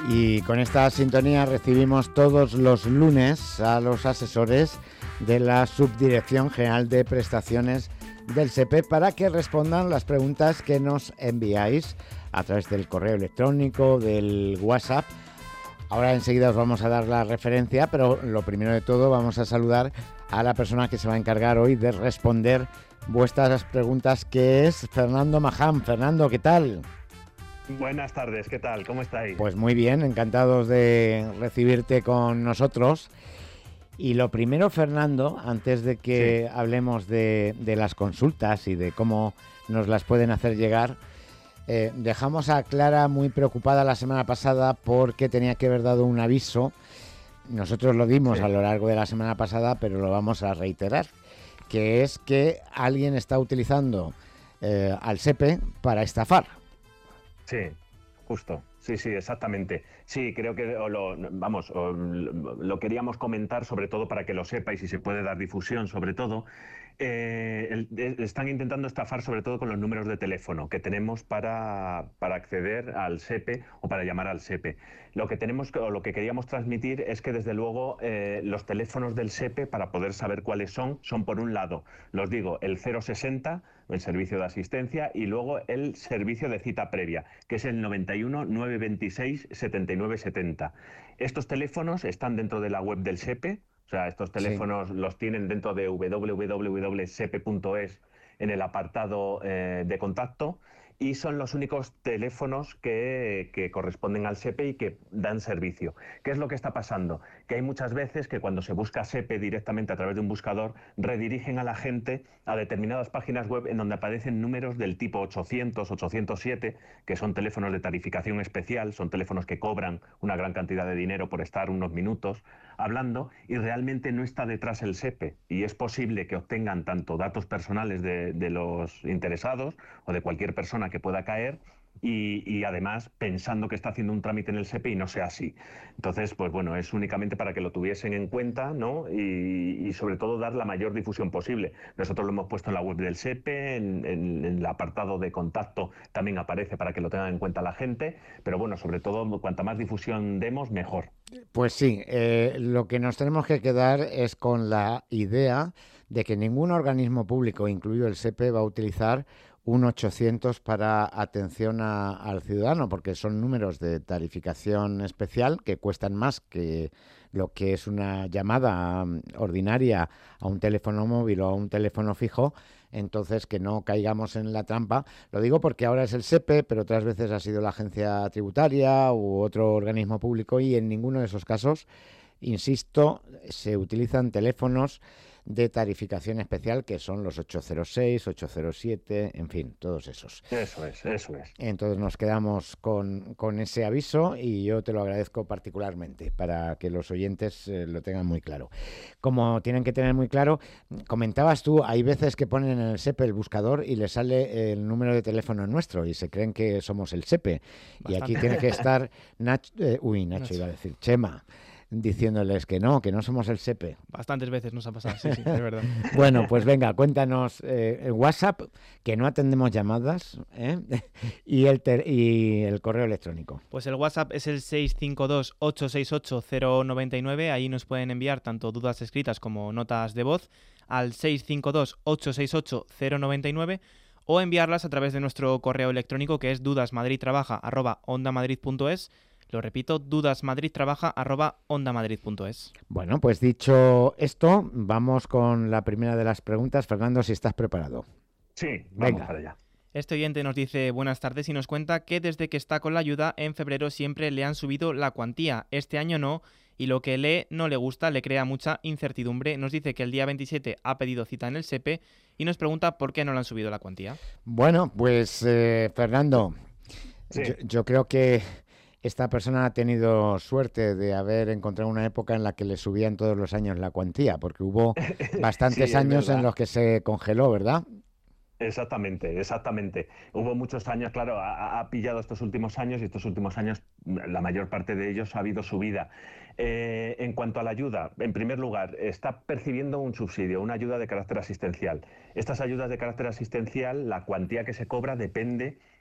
Y con esta sintonía recibimos todos los lunes a los asesores de la Subdirección General de Prestaciones del SEPE para que respondan las preguntas que nos enviáis a través del correo electrónico, del WhatsApp. Ahora enseguida os vamos a dar la referencia, pero lo primero de todo vamos a saludar a la persona que se va a encargar hoy de responder vuestras preguntas, que es Fernando Maján. Fernando, ¿qué tal? Buenas tardes, ¿qué tal? ¿Cómo estáis? Pues muy bien, encantados de recibirte con nosotros. Y lo primero, Fernando, antes de que hablemos de las consultas y de cómo nos las pueden hacer llegar, dejamos a Clara muy preocupada la semana pasada porque tenía que haber dado un aviso. Nosotros lo dimos a lo largo de la semana pasada, pero lo vamos a reiterar, que es que alguien está utilizando al SEPE para estafar. Sí, justo. Sí, exactamente. Sí, creo que lo queríamos comentar, sobre todo para que lo sepáis y se puede dar difusión, sobre todo. Están intentando estafar sobre todo con los números de teléfono que tenemos para acceder al SEPE o para llamar al SEPE. Lo que queríamos transmitir es que, desde luego, los teléfonos del SEPE, para poder saber cuáles son por un lado, los digo, el 060, el servicio de asistencia, y luego el servicio de cita previa, que es el 91 926 79 70. Estos teléfonos están dentro de la web del SEPE. O sea, estos teléfonos los tienen dentro de www.sepe.es en el apartado de contacto, y son los únicos teléfonos que corresponden al SEPE y que dan servicio. ¿Qué es lo que está pasando? Que hay muchas veces que, cuando se busca SEPE directamente a través de un buscador, redirigen a la gente a determinadas páginas web en donde aparecen números del tipo 800, 807, que son teléfonos de tarificación especial, son teléfonos que cobran una gran cantidad de dinero por estar unos minutos hablando, y realmente no está detrás el SEPE, y es posible que obtengan tanto datos personales de los interesados o de cualquier persona que pueda caer, y además pensando que está haciendo un trámite en el SEPE y no sea así. Entonces, pues bueno, es únicamente para que lo tuviesen en cuenta, ¿no? Y sobre todo dar la mayor difusión posible. Nosotros lo hemos puesto en la web del SEPE, en el apartado de contacto también aparece para que lo tengan en cuenta la gente, pero bueno, sobre todo, cuanta más difusión demos, mejor. Pues sí, lo que nos tenemos que quedar es con la idea de que ningún organismo público, incluido el SEPE, va a utilizar un 800 para atención al ciudadano, porque son números de tarificación especial que cuestan más que lo que es una llamada ordinaria a un teléfono móvil o a un teléfono fijo. Entonces, que no caigamos en la trampa. Lo digo porque ahora es el SEPE, pero otras veces ha sido la agencia tributaria u otro organismo público, y en ninguno de esos casos, insisto, se utilizan teléfonos de tarificación especial, que son los 806, 807, en fin, todos esos. Eso es. Entonces nos quedamos con ese aviso, y yo te lo agradezco particularmente para que los oyentes lo tengan muy claro. Como tienen que tener muy claro, comentabas tú, hay veces que ponen en el SEPE el buscador y les sale el número de teléfono nuestro y se creen que somos el SEPE. Bastante. Y aquí tiene que estar Nacho iba a decir, Chema, diciéndoles que no somos el SEPE. Bastantes veces nos ha pasado, sí, es verdad. Bueno, pues venga, cuéntanos el WhatsApp, que no atendemos llamadas, y el correo electrónico. Pues el WhatsApp es el 652-868-099, ahí nos pueden enviar tanto dudas escritas como notas de voz al 652-868-099, o enviarlas a través de nuestro correo electrónico, que es dudasmadridtrabaja@ondamadrid.es. Lo repito, dudasmadridtrabaja@ondamadrid.es. Bueno, pues dicho esto, vamos con la primera de las preguntas. Fernando, si estás preparado. Sí, vamos para allá. Este oyente nos dice buenas tardes y nos cuenta que desde que está con la ayuda, en febrero siempre le han subido la cuantía. Este año no, y lo que lee no le gusta, le crea mucha incertidumbre. Nos dice que el día 27 ha pedido cita en el SEPE y nos pregunta por qué no le han subido la cuantía. Bueno, pues Fernando, sí. Yo creo que esta persona ha tenido suerte de haber encontrado una época en la que le subían todos los años la cuantía, porque hubo bastantes años en los que se congeló, ¿verdad? Exactamente. Hubo muchos años, claro, ha pillado estos últimos años, y estos últimos años, la mayor parte de ellos ha habido subida. En cuanto a la ayuda, en primer lugar, está percibiendo un subsidio, una ayuda de carácter asistencial. Estas ayudas de carácter asistencial, la cuantía que se cobra depende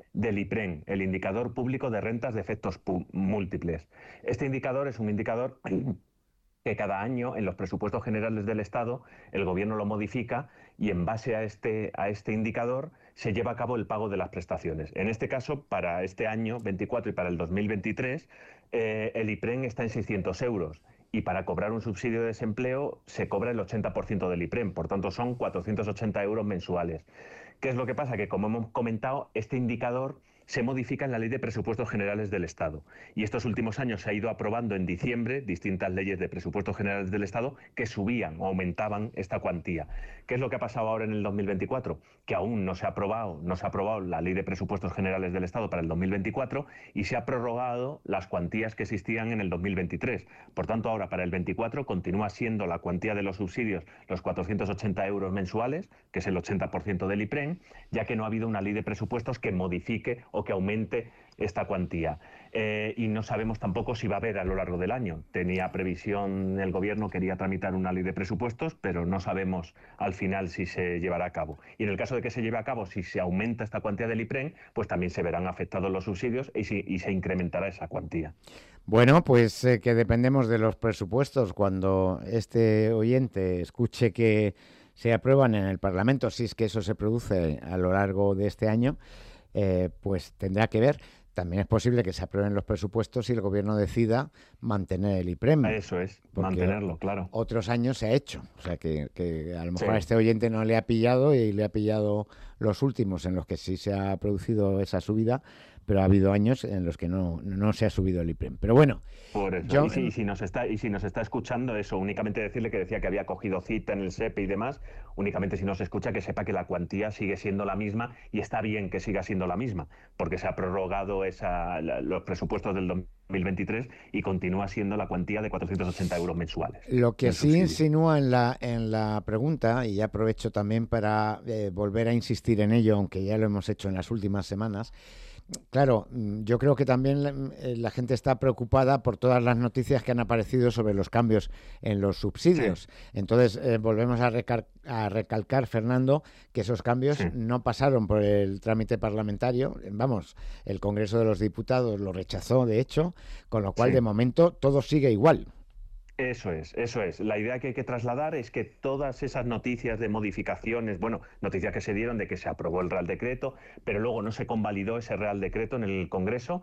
del IPREN, el Indicador Público de Rentas de Efectos Múltiples. Este indicador es un indicador que cada año en los presupuestos generales del Estado el Gobierno lo modifica y en base a este indicador se lleva a cabo el pago de las prestaciones. En este caso, para este año 24 y para el 2023, el IPREN está en 600 euros. Y para cobrar un subsidio de desempleo se cobra el 80% del IPREN, por tanto son 480 euros mensuales. ¿Qué es lo que pasa? Que, como hemos comentado, este indicador se modifica en la Ley de Presupuestos Generales del Estado. Y estos últimos años se ha ido aprobando en diciembre distintas leyes de Presupuestos Generales del Estado que subían o aumentaban esta cuantía. ¿Qué es lo que ha pasado ahora en el 2024? Que aún no se ha aprobado la Ley de Presupuestos Generales del Estado para el 2024 y se ha prorrogado las cuantías que existían en el 2023. Por tanto, ahora para el 24 continúa siendo la cuantía de los subsidios los 480 euros mensuales, que es el 80% del IPREN, ya que no ha habido una ley de presupuestos que modifique o que aumente esta cuantía. Y no sabemos tampoco si va a haber a lo largo del año. Tenía previsión el Gobierno, quería tramitar una ley de presupuestos, pero no sabemos al final si se llevará a cabo. Y en el caso de que se lleve a cabo, si se aumenta esta cuantía del IPREN, pues también se verán afectados los subsidios y se incrementará esa cuantía. Bueno, pues que dependemos de los presupuestos. Cuando este oyente escuche que se aprueban en el Parlamento, si es que eso se produce a lo largo de este año, pues tendrá que ver. También es posible que se aprueben los presupuestos y el Gobierno decida mantener el IPREN. Eso es, mantenerlo, claro. Otros años se ha hecho. O sea, que a lo mejor a este oyente no le ha pillado y le ha pillado los últimos en los que sí se ha producido esa subida, pero ha habido años en los que no se ha subido el IPREN. Pero bueno, por eso. Y si nos está escuchando, eso, únicamente decirle que decía que había cogido cita en el SEPE y demás, únicamente si nos escucha que sepa que la cuantía sigue siendo la misma y está bien que siga siendo la misma, porque se ha prorrogado los presupuestos del 2023 y continúa siendo la cuantía de 480 euros mensuales. Lo que sí insinúa en la pregunta, y aprovecho también para volver a insistir en ello, aunque ya lo hemos hecho en las últimas semanas. Claro, yo creo que también la gente está preocupada por todas las noticias que han aparecido sobre los cambios en los subsidios. Sí. Entonces, volvemos a recalcar, Fernando, que esos cambios no pasaron por el trámite parlamentario. Vamos, el Congreso de los Diputados lo rechazó, de hecho, con lo cual, de momento, todo sigue igual. Eso es. La idea que hay que trasladar es que todas esas noticias de modificaciones, noticias que se dieron de que se aprobó el Real Decreto, pero luego no se convalidó ese Real Decreto en el Congreso,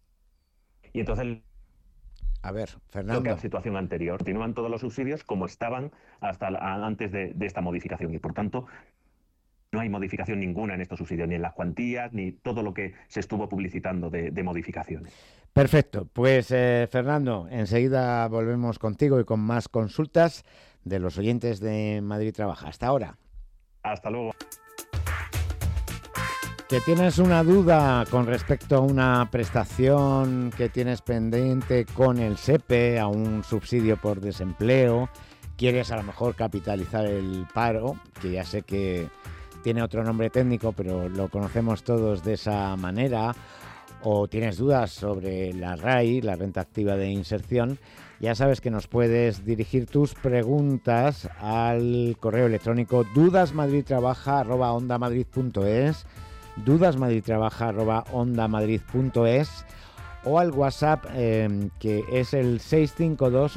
y entonces... A ver, Fernando. La situación anterior. Continúan todos los subsidios como estaban hasta antes de esta modificación, y por tanto no hay modificación ninguna en estos subsidios, ni en las cuantías, ni todo lo que se estuvo publicitando de modificaciones. Perfecto. Pues, Fernando, enseguida volvemos contigo y con más consultas de los oyentes de Madrid Trabaja. Hasta ahora. Hasta luego. ¿Que tienes una duda con respecto a una prestación que tienes pendiente con el SEPE, a un subsidio por desempleo? ¿Quieres a lo mejor capitalizar el paro? Que ya sé que tiene otro nombre técnico, pero lo conocemos todos de esa manera. O tienes dudas sobre la RAI, la renta activa de inserción, ya sabes que nos puedes dirigir tus preguntas al correo electrónico dudasmadridtrabaja@ondamadrid.es, dudasmadridtrabaja@ondamadrid.es, o al WhatsApp que es el 652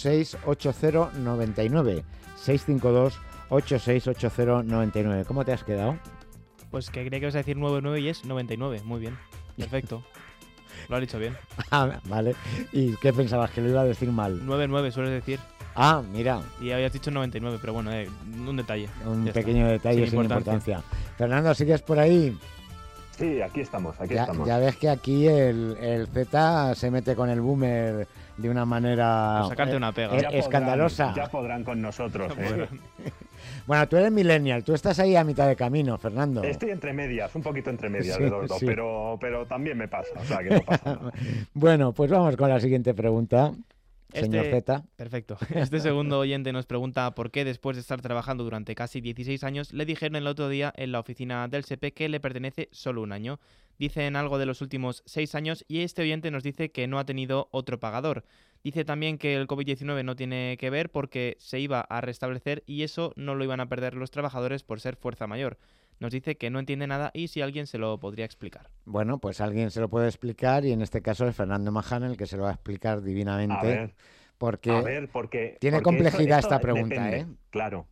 868099, 652 868099. ¿Cómo te has quedado? Pues que creía que ibas a decir 99 y es 99. Muy bien. Perfecto. Lo has dicho bien. Ah, vale. ¿Y qué pensabas? ¿Que lo iba a decir mal? 99 sueles decir. Ah, mira. Y habías dicho 99, pero bueno, un detalle. Un pequeño detalle sin importancia. Fernando, ¿sigues por ahí? Sí, aquí estamos. Ya ves que aquí el Z se mete con el boomer de una manera pues sacarte una pega. Escandalosa. Ya podrán con nosotros. Bueno, tú eres millennial, tú estás ahí a mitad de camino, Fernando. Estoy entre medias, un poquito entre medias de los dos, pero también me pasa, o sea que no pasa nada. Bueno, pues vamos con la siguiente pregunta. Señor Z. Perfecto. Este segundo oyente nos pregunta por qué después de estar trabajando durante casi 16 años le dijeron el otro día en la oficina del SEPE que le pertenece solo un año. Dicen algo de los últimos 6 años y este oyente nos dice que no ha tenido otro pagador. Dice también que el COVID-19 no tiene que ver porque se iba a restablecer y eso no lo iban a perder los trabajadores por ser fuerza mayor. nos dice que no entiende nada y si alguien se lo podría explicar. Bueno, pues alguien se lo puede explicar y en este caso es Fernando Maján el que se lo va a explicar divinamente. Porque tiene complejidad esta pregunta, depende. ¿eh? Claro.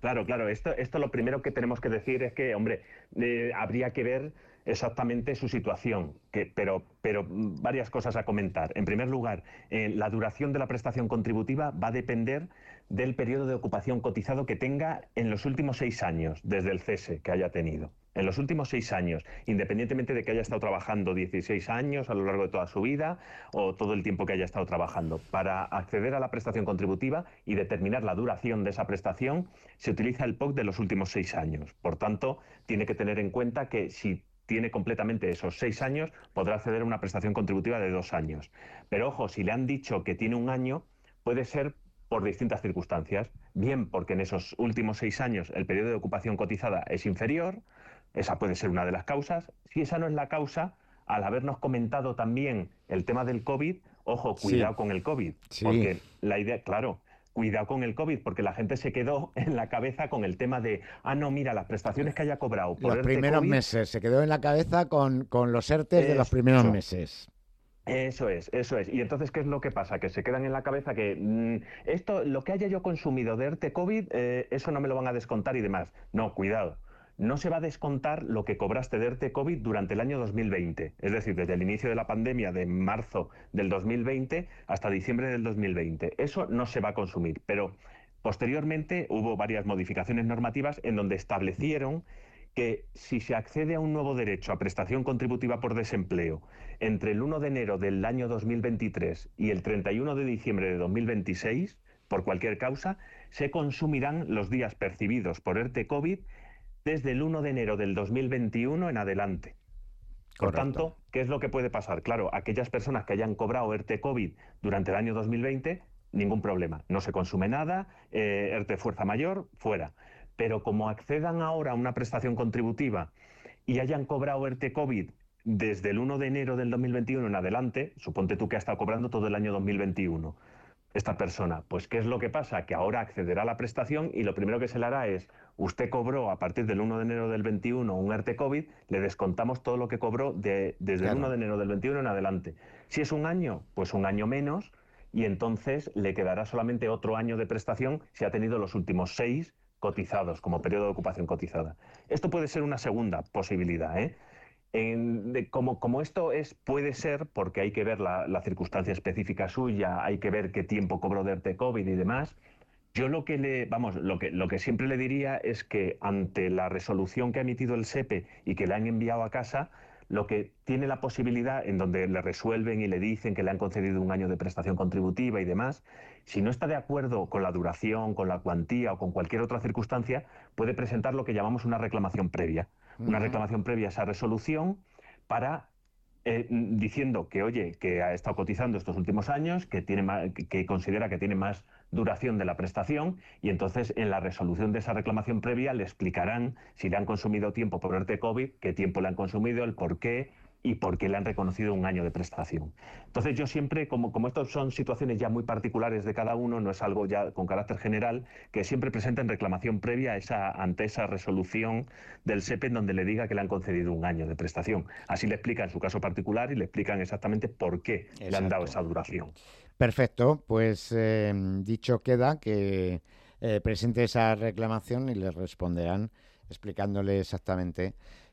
Esto lo primero que tenemos que decir es que, hombre, habría que ver exactamente su situación, pero varias cosas a comentar. En primer lugar, la duración de la prestación contributiva va a depender del periodo de ocupación cotizado que tenga en los últimos 6 años, desde el cese que haya tenido. En los últimos 6 años, independientemente de que haya estado trabajando 16 años a lo largo de toda su vida o todo el tiempo que haya estado trabajando. Para acceder a la prestación contributiva y determinar la duración de esa prestación, se utiliza el POC de los últimos 6 años. Por tanto, tiene que tener en cuenta que si tiene completamente esos 6 años, podrá acceder a una prestación contributiva de 2 años. Pero ojo, si le han dicho que tiene 1 año, puede ser por distintas circunstancias. Bien porque en esos últimos 6 años el periodo de ocupación cotizada es inferior, esa puede ser una de las causas. Si esa no es la causa, al habernos comentado también el tema del COVID, ojo, cuidado con el COVID, porque la idea, claro, cuidado con el COVID, porque la gente se quedó en la cabeza con el tema de, no, mira, las prestaciones que haya cobrado por los primeros COVID, meses, se quedó en la cabeza con los ERTEs de los primeros meses. Eso es. Y entonces, ¿qué es lo que pasa? Que se quedan en la cabeza que esto, lo que haya yo consumido de ERTE COVID, eso no me lo van a descontar y demás. No, cuidado. No se va a descontar lo que cobraste de ERTE COVID durante el año 2020. Es decir, desde el inicio de la pandemia de marzo del 2020 hasta diciembre del 2020. Eso no se va a consumir. Pero posteriormente hubo varias modificaciones normativas en donde establecieron que si se accede a un nuevo derecho a prestación contributiva por desempleo entre el 1 de enero del año 2023 y el 31 de diciembre de 2026, por cualquier causa, se consumirán los días percibidos por ERTE COVID desde el 1 de enero del 2021 en adelante. Por tanto, ¿qué es lo que puede pasar? Claro, aquellas personas que hayan cobrado ERTE COVID durante el año 2020, ningún problema, no se consume nada, ERTE fuerza mayor, fuera. Pero como accedan ahora a una prestación contributiva y hayan cobrado ERTE COVID desde el 1 de enero del 2021 en adelante, suponte tú que ha estado cobrando todo el año 2021, esta persona, pues ¿qué es lo que pasa? Que ahora accederá a la prestación y lo primero que se le hará es, usted cobró a partir del 1 de enero del 21 un ERTE COVID, le descontamos todo lo que cobró desde el 1 de enero del 21 en adelante. Si es 1 año, pues 1 año menos y entonces le quedará solamente otro año de prestación si ha tenido los últimos 6 cotizados, como periodo de ocupación cotizada. Esto puede ser una segunda posibilidad, ¿eh? Como esto puede ser, porque hay que ver la circunstancia específica suya, hay que ver qué tiempo cobró de ERTE COVID y demás, yo lo que siempre le diría es que ante la resolución que ha emitido el SEPE y que le han enviado a casa, lo que tiene la posibilidad, en donde le resuelven y le dicen que le han concedido 1 año de prestación contributiva y demás, si no está de acuerdo con la duración, con la cuantía o con cualquier otra circunstancia, puede presentar lo que llamamos una reclamación previa. Una reclamación previa a esa resolución para diciendo que, oye, que ha estado cotizando estos últimos años, que considera que tiene más duración de la prestación y entonces en la resolución de esa reclamación previa le explicarán si le han consumido tiempo por ERTE COVID, qué tiempo le han consumido, el por qué y por qué le han reconocido 1 año de prestación. Entonces yo siempre, como estas son situaciones ya muy particulares de cada uno, no es algo ya con carácter general, que siempre presenten reclamación previa ante esa resolución del SEPE en donde le diga que le han concedido 1 año de prestación. Así le explican su caso particular y le explican exactamente por qué le han dado esa duración. Perfecto, pues dicho queda que presente esa reclamación y le responderán explicándole exactamente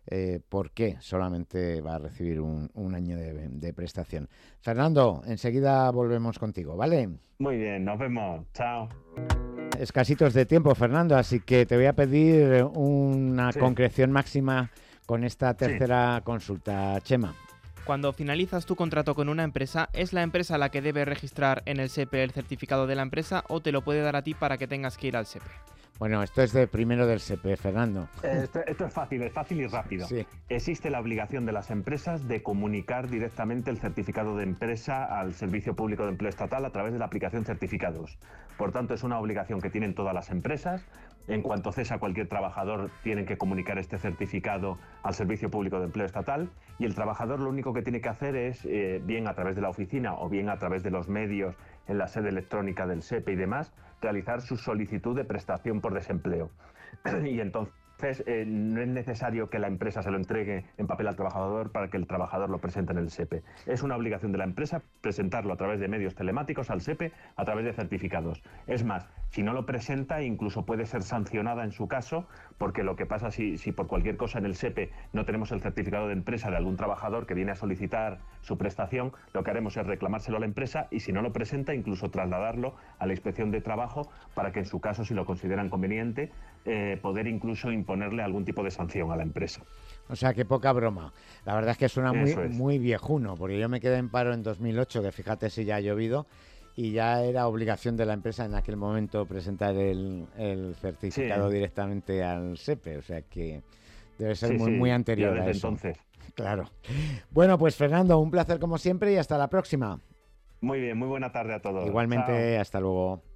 por qué solamente va a recibir un año de prestación. Fernando, enseguida volvemos contigo, ¿vale? Muy bien, nos vemos. Chao. Escasitos de tiempo, Fernando, así que te voy a pedir una concreción máxima con esta tercera consulta. Chema. Cuando finalizas tu contrato con una empresa, ¿es la empresa la que debe registrar en el SEPE el certificado de la empresa o te lo puede dar a ti para que tengas que ir al SEPE? Bueno, esto es de primero del SEPE, Fernando. Esto es fácil y rápido. Sí. Existe la obligación de las empresas de comunicar directamente el certificado de empresa al Servicio Público de Empleo Estatal a través de la aplicación Certificados. Por tanto, es una obligación que tienen todas las empresas. En cuanto cesa cualquier trabajador, tienen que comunicar este certificado al Servicio Público de Empleo Estatal y el trabajador lo único que tiene que hacer es, bien a través de la oficina o bien a través de los medios en la sede electrónica del SEPE y demás, realizar su solicitud de prestación por desempleo. Y entonces No es necesario que la empresa se lo entregue en papel al trabajador para que el trabajador lo presente en el SEPE. Es una obligación de la empresa presentarlo a través de medios telemáticos al SEPE, a través de certificados. Es más, si no lo presenta, incluso puede ser sancionada en su caso, porque lo que pasa si por cualquier cosa en el SEPE no tenemos el certificado de empresa de algún trabajador que viene a solicitar su prestación, lo que haremos es reclamárselo a la empresa y si no lo presenta, incluso trasladarlo a la Inspección de Trabajo para que en su caso, si lo consideran conveniente, poder incluso imponerle algún tipo de sanción a la empresa. O sea, que poca broma. La verdad es que suena muy viejuno, porque yo me quedé en paro en 2008, que fíjate si ya ha llovido, y ya era obligación de la empresa en aquel momento presentar el certificado directamente al SEPE. O sea que debe ser muy anterior a eso. Entonces. Claro. Bueno, pues Fernando, un placer como siempre y hasta la próxima. Muy bien, muy buena tarde a todos. Igualmente, Chao. hasta luego.